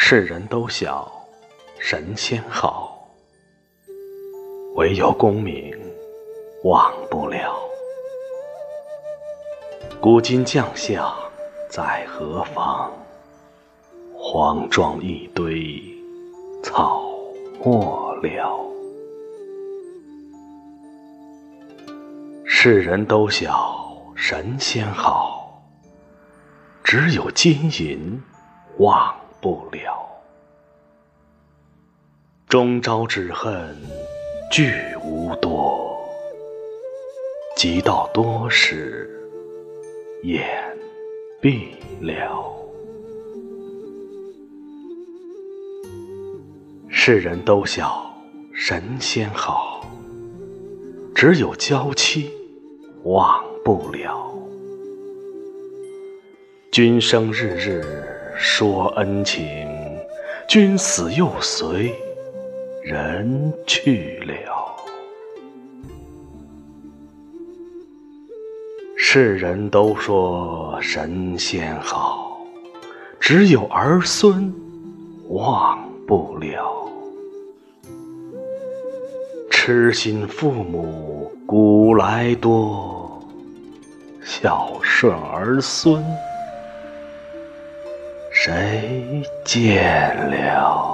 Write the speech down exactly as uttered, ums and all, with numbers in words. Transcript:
世人都晓神仙好，唯有功名忘不了。古今将相在何方？黄庄一堆草没了。世人都晓神仙好，只有金银忘不了。终朝只恨聚无多，及到多时眼闭了。世人都晓神仙好，只有娇妻忘不了。君生日日说恩情，君死又随人去了。世人都说神仙好，只有儿孙忘不了。痴心父母古来多，孝顺儿孙谁见了？